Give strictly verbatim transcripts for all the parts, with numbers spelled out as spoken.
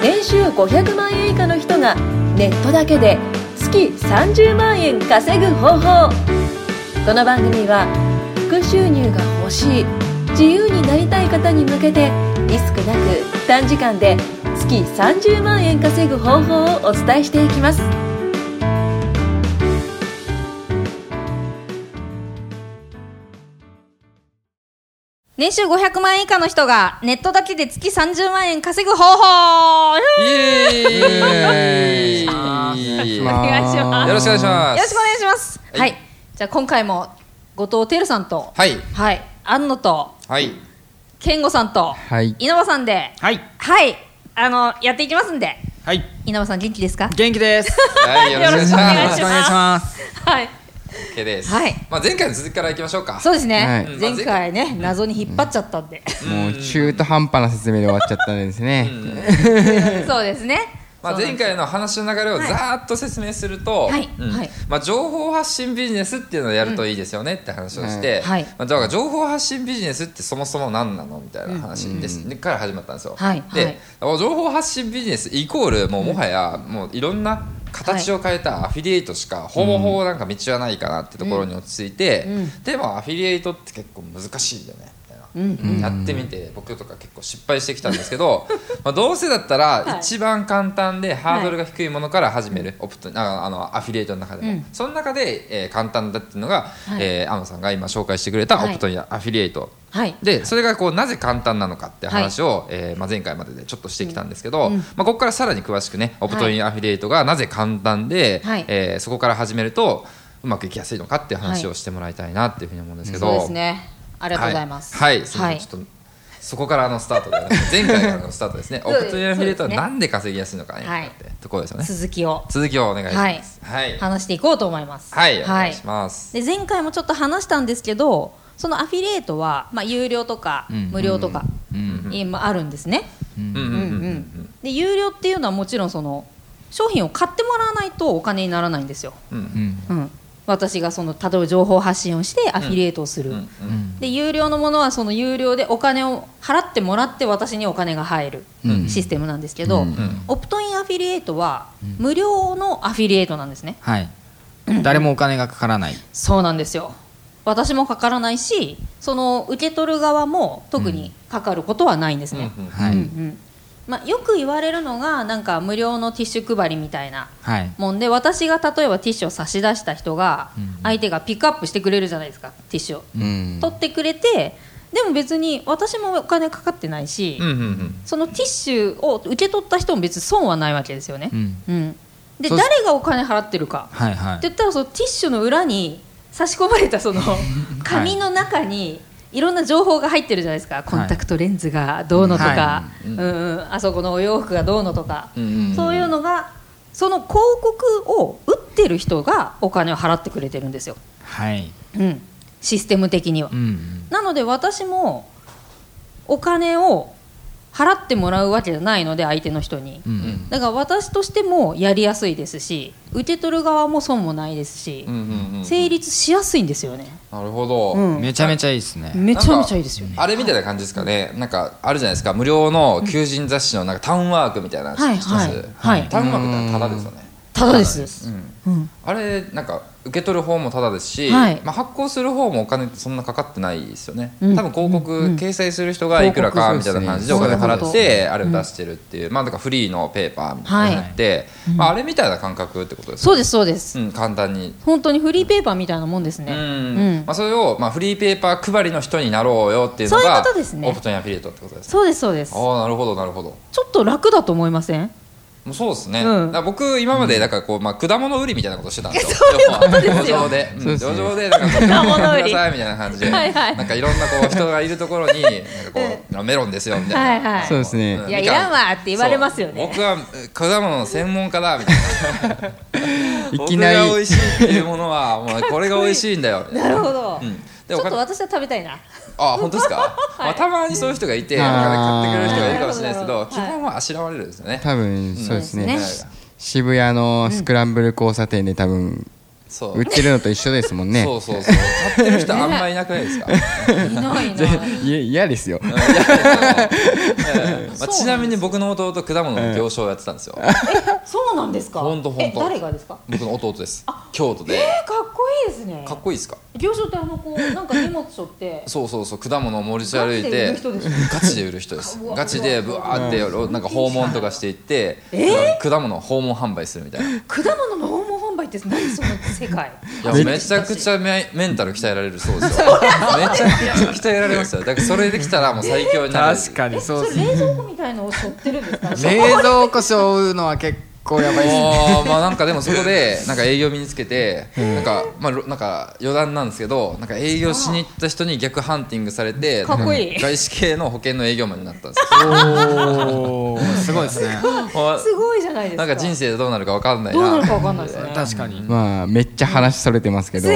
年収ごひゃくまんえん以下の人がネットだけで月さんじゅうまんえん稼ぐ方法。この番組は副収入が欲しい、自由になりたい方に向けてリスクなく短時間で月さんじゅうまんえん稼ぐ方法をお伝えしていきます。 年収ごひゃくまんえん以下の人がネットだけで月さんじゅうまんえん稼ぐ方法。 イエーイ。 お願いします。 よろしくお願いします。 よろしくお願いします。はい、はい、じゃあ今回も後藤輝さんと、 はい、 はい、安野と、 はい、 健吾さんと、 はい、 稲葉さんで、 はい、 はい、あのやっていきますんで、 はい、 稲葉さん元気ですか？ 元気です。 はい、よろしくお願いします。 はい。 OK です。 はい。 まあ前回の続きからいきましょうか。 そうですね。 はい、 前回ね、謎に引っ張っちゃったんで、 うん、もう中途半端な説明で終わっちゃったんですね。 うん、そうですね。 まあ、前回の話の流れをざーっと説明すると、 はいうんはい、 まあ、情報発信ビジネスっていうのをやるといいですよねって話をして、うんはいまあ、だから情報発信ビジネスってそもそも何なのみたいな話です、うん、から始まったんですよ、はい、で、はい、情報発信ビジネスイコールもうもはやもういろんな形を変えたアフィリエイトしかほぼほぼなんか道はないかなってところに落ち着いて、うん、でもアフィリエイトって結構難しいよねうんうん、やってみて僕とか結構失敗してきたんですけどまあどうせだったら一番簡単でハードルが低いものから始める、はい、オプトあのアフィリエイトの中でも、うん、その中で、えー、簡単だっていうのが、はいえー、安野さんが今紹介してくれたオプトインアフィリエイト、はい、でそれがこうなぜ簡単なのかって話を、はいえーまあ、前回まででちょっとしてきたんですけど、うんまあ、ここからさらに詳しくねオプトインアフィリエイトがなぜ簡単で、はいえー、そこから始めるとうまくいきやすいのかっていう話をしてもらいたいなっていうふうに思うんですけど、 そうですね、ありがとうございます。 はい、はい、ちょっとそこからのスタートで、ね、前回からのスタートですね。オプトインアフィリエイトはなんで稼ぎやすいのかね、はい、ってところですよね。 続きを続きをお願いします。はい、 話していこうと思います。 はい、お願いします。 で前回もちょっと話したんですけど、そのアフィリエイトはまあ有料とか無料とか今あるんですね。で有料っていうのはもちろんその商品を買ってもらわないとお金にならないんですよ。うんうん私がその例えば情報発信をしてアフィリエイトをする、うんうん、で有料のものはその有料でお金を払ってもらって私にお金が入るシステムなんですけど、うんうん、オプトインアフィリエイトは無料のアフィリエイトなんですね、 はいうん、誰もお金がかからない。 そうなんですよ。私もかからないしその受け取る側も特にかかることはないんですね、うんうんはいうんうんまあ、よく言われるのがなんか無料のティッシュ配りみたいなもんで、はい、私が例えばティッシュを差し出した人が相手がピックアップしてくれるじゃないですか。ティッシュを、うん、取ってくれてでも別に私もお金かかってないし、うんうんうん、そのティッシュを受け取った人も別に損はないわけですよね、うんうん、で誰がお金払ってるか、はいはい、って言ったらそのティッシュの裏に差し込まれたその紙の中にいろんな情報が入ってるじゃないですか。コンタクトレンズがどうのとか、はいうんうん、あそこのお洋服がどうのとか、うんうんうん、そういうのがその広告を打ってる人がお金を払ってくれてるんですよ、はいうん、システム的には、うんうん、なので私もお金を払ってもらうわけじゃないので相手の人に、うんうん、だから私としてもやりやすいですし受け取る側も損もないですし、うんうんうん、成立しやすいんですよね。 なるほど、 うん、めちゃめちゃいいですね。 めちゃめちゃいいですよね。 あれみたいな感じですかね、はい、なんかあるじゃないですか無料の求人雑誌のなんかタウンワークみたいなやつ、はいはいはい、タウンワークってタダですよね。 タダです、 うんうん、あれなんか受け取る方もタダですし、はいまあ、発行する方もお金ってそんなかかってないですよね、うん、多分広告、うん、掲載する人がいくらかみたいな感じでお金払ってあれを出してるっていう、うん、まあだからフリーのペーパーみたいになって、はいまあ、あれみたいな感覚ってことですね。 そうですそうです、 うん、簡単に本当にフリーペーパーみたいなもんですね、うんうんまあ、それを、まあ、フリーペーパー配りの人になろうよっていうのがそういうことですね。オプトインアフィリエイトってことですね。 そうですそうです。 ああなるほどなるほど。 ちょっと楽だと思いません？ もうそうですね、うん、だ僕今までだからこう、まあ、果物売りみたいなことしてたんですよ。 そういうことですよ。 路上で、うん、路上でなんか果物売りくださいみたいな感じではい、はい、なんかいろんなこう人がいるところになんかこうメロンですよみたいな、はいはい、 そうですね、 うん、いやいらんわって言われますよね。 僕は果物の専門家だみたいないきなり僕が美味しいっていうものはもうこれが美味しいんだよなるほど、うん、ちょっと私は食べたいな。 あ本当ですか、はいまあ、たまにそういう人がいてなんか、ね、買ってくれる人がいるかもしれないですけど、基本はあしらわれるんですよね。 多分そうですね、うん、渋谷のスクランブル交差点で多分そう売ってるのと一緒ですもんね。 そうそうそう買ってる人あんまいなくないですか？ いないいないいや嫌ですよ。 まあ、ちなみに僕の弟果物の行商をやってたんですよ。 そうなんですか？ ほんとほんと。 え誰がですか？ 僕の弟です。京都で。 えー、かっこいいですね。 かっこいいですか？ 行商ってあのこうなんか荷物背負ってそうそうそう果物を持ち歩いてガチで売る人です。ガチでブワーってなんか訪問とかしていって、えー、果物訪問販売するみたいな。 果物の訪問販売って何その世界？ いやめちゃくちゃメメンタル鍛えられるそうですよ。めちゃくちゃ鍛えられますよ。だからそれできたらもう最強になる。 確かにそうですね。冷蔵庫みたいのを背負ってるんですか？ 冷蔵庫背負うのは結構やばいですね。 まあなんかでもそこでなんか営業身につけて、なんかまあなんか余談なんですけど、なんか営業しに行った人に逆ハンティングされて、 かっこいい外資系の保険の営業マンになったんですよ。 おーすごいですね。 すごいじゃないですか。 なんか人生でどうなるか分かんないな。 どうなるか分かんないですね。 確かに。まあめっちゃ話それてますけど。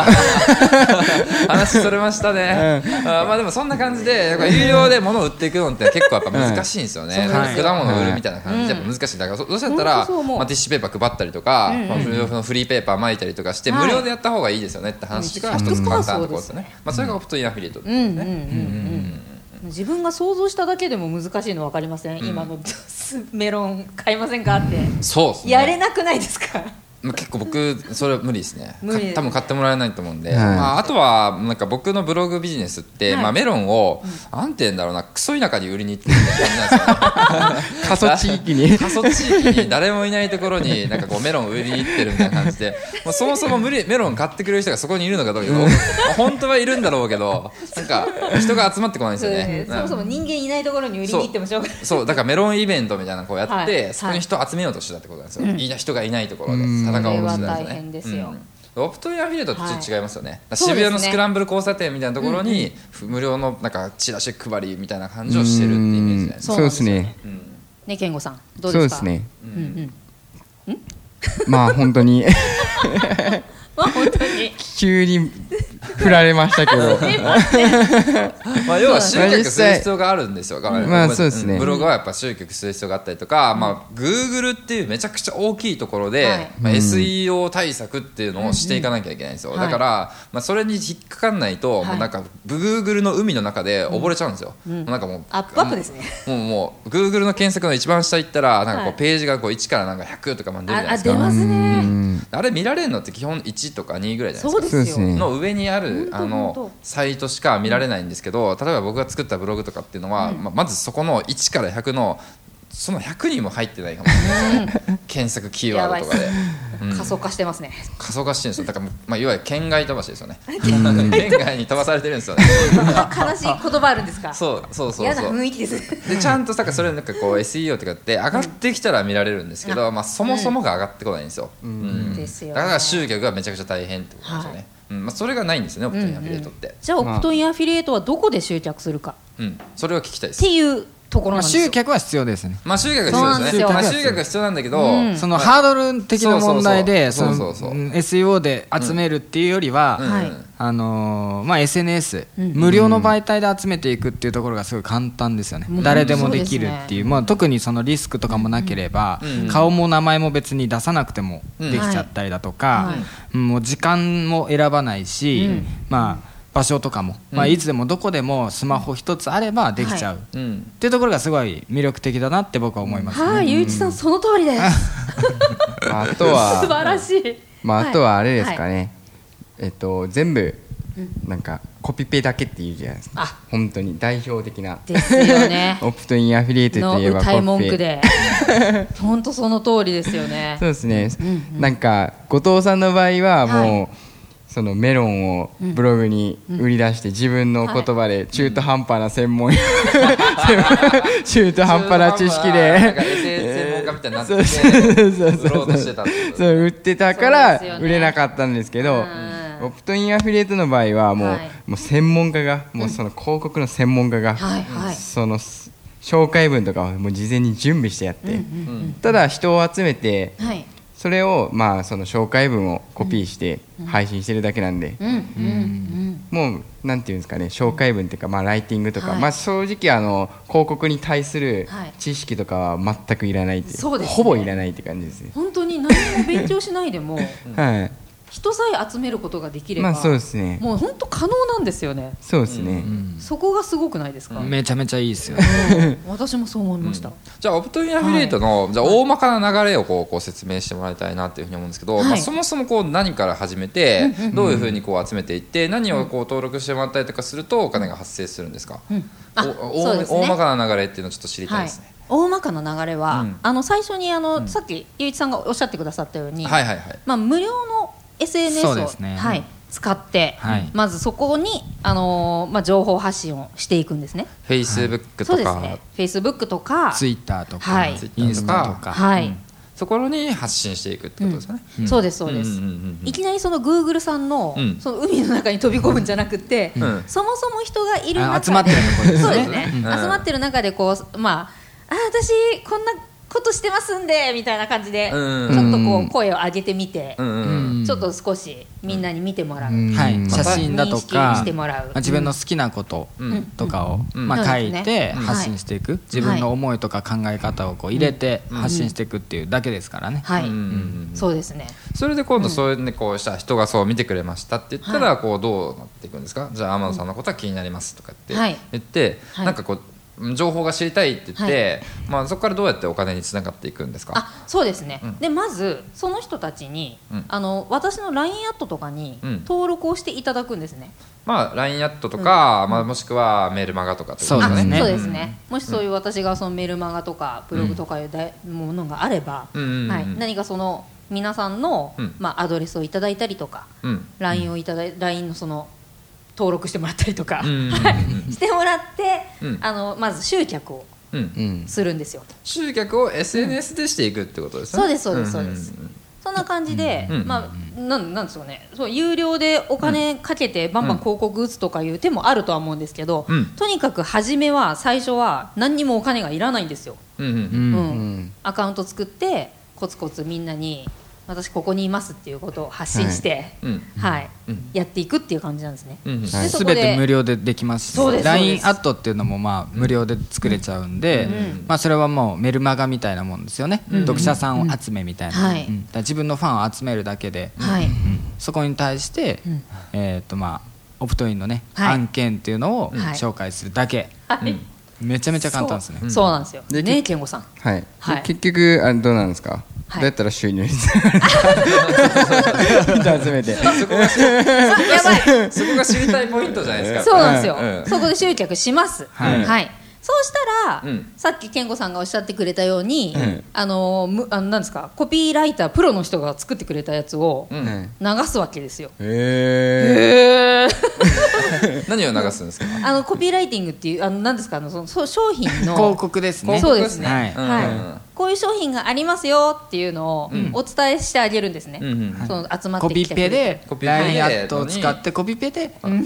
話それましたね。あまあでもそんな感じでやっぱ有料で物を売っていくのって結構やっぱ難しいんですよね。果物を売るみたいな感じでやっぱ難しい。だからどうしたったらまあティッシュペーパー配ったりとか、まあフリーペーパー巻いたりとかして無料でやった方がいいですよねって話が一つ簡単なところですよね。まあそれがオプトインアフィリエイトですね。 自分が想像しただけでも難しいの分かりません、うん、今のメロン買いませんかってそうですねやれなくないですか？ 結構僕それは無理ですね。 無理多分買ってもらえないと思うんで、はい、まあ、あとはなんか僕のブログビジネスって、はい、まあ、メロンを、うん、なんて言うんだろうなクソ田舎に売りに行ってるみたいな感じなんですよ、ね、 過疎地域に過疎地域に誰もいないところになんかこうメロンを売りに行ってるみたいな感じでもうそもそも無理メロン買ってくれる人がそこにいるのかどうか本当はいるんだろうけどなんか人が集まってこないんですよね。 そもそも人間いないところに売りに行ってもしょうがない。 そうだからメロンイベントみたいなのこうやって、はい、そこに人を集めようとしてたってことなんですよ、うん、いい人がいないところで戦おうとしてたんですよね。ですよ、うん、オプトインアフィリエイトってちょっと違いますよね、はい、渋谷のスクランブル交差点みたいなところに、うんうん、無料のなんかチラシ配りみたいな感じをしてるってイメージじゃないですか。 そうですね、 うん、ね健吾さんどうですか？ そうですね、 うんうん、 まあ本当にまあ本当に急に振られましたけどまあ要は集客する必要があるんですよ。 まあそうですね。 ブログはやっぱ集客する必要があったりとか、まあ Google っていうめちゃくちゃ大きいところで、はい、まあ、エスイーオー 対策っていうのをしていかなきゃいけないんですよ。だから、まあそれに引っかかんないと、はい、もうなんか Google の海の中で溺れちゃうんですよ。うん、なんかもうアップアップですね。 もうもう Google の検索の一番下行ったらなんかこうページがこういちからなんかひゃくとかまで出るじゃないですか。 あ、出ますね。 あれ見られるのって基本いちとかにぐらいじゃないですか。 そうですよ。 の上にあるあのサイトしか見られないんですけど、例えば僕が作ったブログとかっていうのは、うん、ま, まずそこのいちからひゃくのそのひゃくにも入ってないかもしれないです、うん、検索キーワードとかで、 うん、過疎化してますね。 過疎化してるんですよ。だから、まあ、いわゆる県外飛ばしですよね県外に飛ばされてるんですよね悲しい言葉あるんですか？ そうそうそうそう嫌な雰囲気ですでちゃんとさそれなんかこう エスイーオー とかって上がってきたら見られるんですけど、うん、まあ、そもそもが上がってこないんですよ、うんうん、ですよね。だから集客がめちゃくちゃ大変ってことですよね、はい、うん、まあ、それがないんですよねオプトインアフィリエイトって、うんうん、 じゃあオプトインアフィリエイトはどこで集客するか、 うん、それを聞きたいですっていうところなんですよ。 まあ、集客は必要ですね。 まあ集客は必要ですね。まあ集客は必要なんだけど、うん、 そのハードル的な問題でエスイーオー で集めるっていうよりは、うん、あのー、まあ エスエヌエス、うん、無料の媒体で集めていくっていうところがすごい簡単ですよね、うん、誰でもできるっていう、まあ、特にそのリスクとかもなければ、うん、顔も名前も別に出さなくてもできちゃったりだとか、うん、もう時間も選ばないし、うん、まあ場所とかも、まあ、いつでもどこでもスマホ一つあればできちゃう、はい、っていうところがすごい魅力的だなって僕は思いますね。 はい、ゆういちさんその通りですあとは素晴らしい、 まあ、あとはあれですかね、はい、えっと、全部なんかコピペだけっていうじゃないですか、うん、本当に代表的なですよねオプトインアフィリエイトといえばコピペの歌い文句で本当その通りですよね。 そうですね、うんうん、なんか後藤さんの場合はもう、はい、そのメロンをブログに売り出して自分の言葉で中途半端な専門、うん、中途半端な知識で専門家みたいになって売ろうとしてたってことそう売ってたから売れなかったんですけど、オプトインアフィリエイトの場合はもう、はい、もう専門家がもうその広告の専門家が、うん、その紹介文とかをもう事前に準備してやって、うんうんうん、ただ人を集めて、はい、それをまあその紹介文をコピーして配信してるだけなんで、うんうんうん、もうなんていうんですかね、紹介文っていうかまあライティングとか、はい、まあ正直あの広告に対する知識とかは全くいらないっていう、はい、ほぼいらないって感じですね。 本当に何も勉強しないでも、 はい、 人さえ集めることができれば、 まあそうですね、 もう本当可能なんですよね。 そうですね、うんうん、そこがすごくないですか。 めちゃめちゃいいですよ、 ね、私もそう思いました、うん、 じゃあオプトインアフィリエイトの、はい、じゃあ大まかな流れをこうこう説明してもらいたいなっていうふうに思うんですけど、はい、まあ、そもそもこう何から始めて、うん、どういうふうにこう集めていって何をこう登録してもらったりとかするとお金が発生するんですか、うん、あおね、大まかな流れっていうのをちょっと知りたいですね。 はい、大まかな流れは、うん、あの最初にあの、うん、さっきゆういちさんがおっしゃってくださったように、 はいはいはい、 まあ、無料の エスエヌエス を、ね、はい、使って、はい、まずそこに、あのーまあ、情報発信をしていくんですね。 フェイスブックとか、 そうですね、フェイスブックとかツイッターとか、 はい、 インスタとか、 はい、うん、 そこに発信していくってことですかね、 うんうん、そうですそうです、うんうんうん、いきなりその Google さん の,、うん、その海の中に飛び込むんじゃなくて、うん、そもそも人がいる中で集まってるところですね。 そうですね、うん、集まってる中でこう、まあ、あ私こんなことしてますんでみたいな感じで、うん、ちょっとこう声を上げてみて、うん、ちょっと少しみんなに見てもらう、うん、 はい、写真だとかしてもらう、 まあ、自分の好きなこととかを、うん、まあ、書いて発信していく、うん、自分の思いとか考え方をこう入れて発信していくっていうだけですからね、 はい、うん、そうですね。 それで今度そういう、ね、こうした人がそう見てくれましたって言ったらこうどうなっていくんですか。じゃあ天野さんのことは気になりますとかって言って、はい、なんかこう情報が知りたいって言って、はい、まあ、そこからどうやってお金につながっていくんですか。 あ、そうですね、うん、でまずその人たちに、うん、あの私の ライン アットとかに登録をしていただくんですね、うん、 まあ、ライン アットとか、うん、まあ、もしくはメールマガとかということですね。そうですね、うん、もしそういう私がそのメールマガとかブログとかいうだい、うん、ものがあれば、うん、はい、何かその皆さんの、うん、まあ、アドレスをいただいたりとか、うん、ライン をいただい ライン のその登録してもらったりとか、うん、してもらって、うん、あのまず集客をするんですよ、うん、 集客を エスエヌエス でしていくってことですね、 うん、そうですそうですそうです、うん、そんな感じで、うん、まあ、なんなんですかね、そう有料でお金かけてバンバン広告打つとかいう手もあるとは思うんですけど、うん、とにかく初めは最初は何にもお金がいらないんですよ、うんうんうん、アカウント作ってコツコツみんなに私ここにいますっていうことを発信して、はいはい、うん、やっていくっていう感じなんですね、うん、 はい、全て無料でできますし、 ライン アットっていうのもまあ無料で作れちゃうんで、うん、まあ、それはもうメルマガみたいなもんですよね、うん、読者さんを集めみたいな、うん、はい、うん、だ自分のファンを集めるだけで、はい、うん、そこに対して、うん、えーとまあ、オプトインのね、はい、案件っていうのを紹介するだけ、はい、うん、めちゃめちゃ簡単ですね。 そう、そうなんですよねえ、健吾さん、 はい、はい、結局あどうなんですか、はい、どうやったら収入につながる人集めてそこが知やばいそこが知りたいポイントじゃないですか。 そうなんですよ、うん、そこで集客します、はい、はい、そうしたら、うん、さっき健吾さんがおっしゃってくれたように、うん、あのむあのなんですか、コピーライタープロの人が作ってくれたやつを流すわけですよ、うん、へー何を流すんですか。 あのコピーライティングっていうあのなんですか、あのそのそ商品の広告ですね。 そうですね、 はい、 はい、うん、こういう商品がありますよっていうのをお伝えしてあげるんですね、うん、その集まってきてくれて、 コピペで ライン アットを使ってコピペで、うんうん、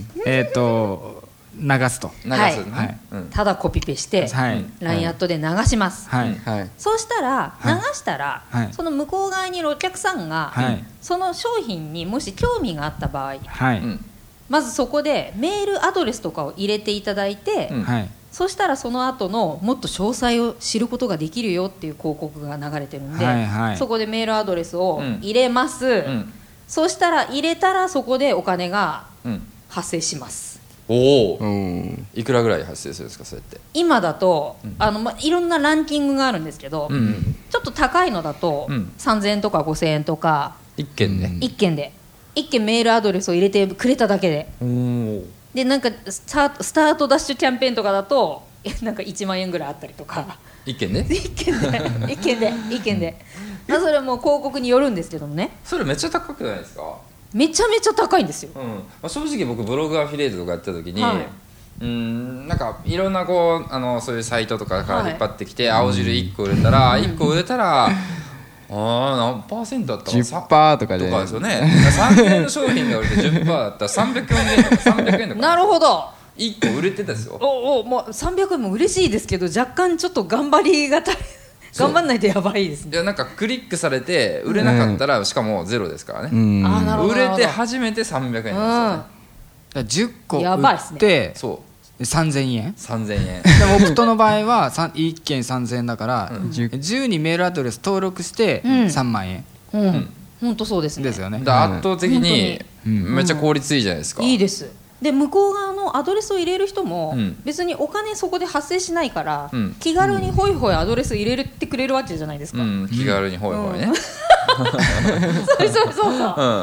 えっ、ー、と流すと、 流す、 はいはい、ただコピペして、はい、ライン アットで流します、はいはい、そうしたら流したら、はい、その向こう側にいるお客さんが、はい、その商品にもし興味があった場合、はい、まずそこでメールアドレスとかを入れていただいて、うん、はい、そしたらその後のもっと詳細を知ることができるよっていう広告が流れてるんで、はいはい、そこでメールアドレスを入れます、うんうん、そうしたら入れたらそこでお金が発生します、 うん、おお、いくらぐらい発生するんですかそれって。 今だと、うん、あのま、いろんなランキングがあるんですけど、うんうん、ちょっと高いのだと、うん、さんぜんえんとかごせんえんとかいっけんで、 いっけんでいっけんメールアドレスを入れてくれただけで、おでなんかスタート、スタートダッシュキャンペーンとかだとなんかいちまんえんぐらいあったりとか、 いっけんでいっけんでいっけんでいっけんで、まあ、それはもう広告によるんですけどもね。 それめっちゃ高くないですか。 めちゃめちゃ高いんですよ、 うん、まあ、正直僕ブログアフィリエイトとかやった時に、はい、うーんなんかいろんなこうあのそういうサイトとかから引っ張ってきて、はい、青汁いっこ売れたら、うん、いっこ売れたらあ何パーセントだったかじゅっパーセント とかでとかですよね。さんぜんえんの商品が売れて じゅっパーセント だったらさんびゃくよんじゅうえんとかさんびゃくえんとかなるほど、 いっこ売れてたですよ。 おお、もうさんびゃくえんも嬉しいですけど若干ちょっと頑張りが足り頑張んないとやばいですね。 いやなんかクリックされて売れなかったら、うん、しかもゼロですからね、うん、 あなるほど、 売れて初めてさんびゃくえんなんですよね、 うん、だじゅっこ売って、そうさんぜんえんさんぜんえんでもオプトの場合はいっけんさんぜんえんだから、うん、じゅうにメールアドレス登録してさんまんえん、うんうん、 本当そうですね。 ですよね。 圧倒的にめっちゃ効率いいじゃないですか。 いいです。で向こう側のアドレスを入れる人も別にお金そこで発生しないから、うん、気軽にホイホイアドレス入れてくれるわけじゃないですか、うん、 気軽にホイホイね、うん、 そうそうそうそう、うん、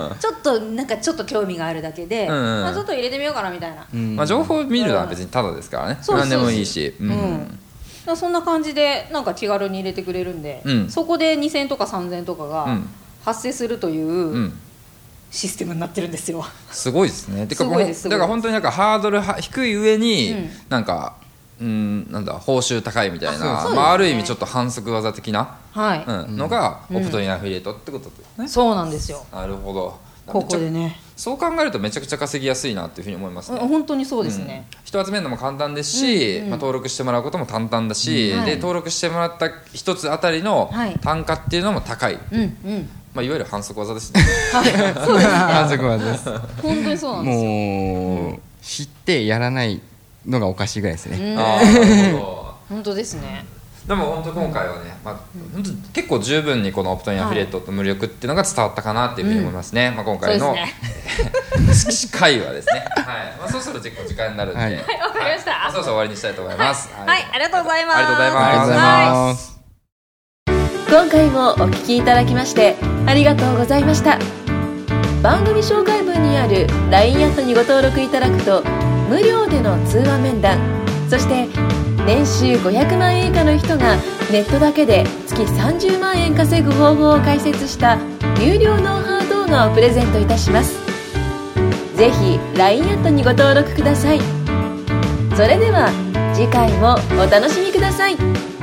ちょっとなんかちょっと興味があるだけで、うんうん、まあ、ちょっと入れてみようかなみたいな、 うん、まあ、情報を見るのは別にタダですからね、何でもいいし、うんうん、そんな感じでなんか気軽に入れてくれるんで、うん、そこでにせんえんとかさんぜんえんとかが発生するという、うん、システムになってるんですよ。 すごいですね。てかもうだから本当になんかハードルは低い上に、うん、なんかうんなんだ報酬高いみたいな、あ、まあ、ある意味ちょっと反則技的な、はい、うん、のがオプトインアフィリエイトってことですね、 うん、そうなんですよ。 なるほど。 ここでね、 そう考えるとめちゃくちゃ稼ぎやすいなっていうふうに思いますね。 本当にそうですね、 うん、人集めるのも簡単ですし、うんうん、まあ、登録してもらうことも簡単だし、うん、で登録してもらった一つあたりの単価っていうのも高い、うんうん、まあ、いわゆる反則技ですね。 はい、そうですね。 反則技です。 本当にそうなんですよ。 もう、うん、知ってやらないのがおかしいぐらいですね、 うん、あー、なるほど。本当ですね。 でも本当今回はね、まあ、本当結構十分にこのオプトインアフィリエイトと無力っていうのが伝わったかなっていうふうに思いますね、うん、まあ、今回の、ね、回はですね、はい、まあ、そろそろ結構時間になるんで、はい、 わかりました、 まあ、そろそろ終わりにしたいと思います、 はい、はい、ありがとうございます。 ありがとうございます。ありがとうございます。 今回もお聞きいただきましてありがとうございました。番組紹介文にある ライン アットにご登録いただくと無料での通話面談、そして年収ごひゃくまんえん以下の人がネットだけで月さんじゅうまんえん稼ぐ方法を解説した有料ノウハウ動画をプレゼントいたします。ぜひ ライン アットにご登録ください。それでは次回もお楽しみください。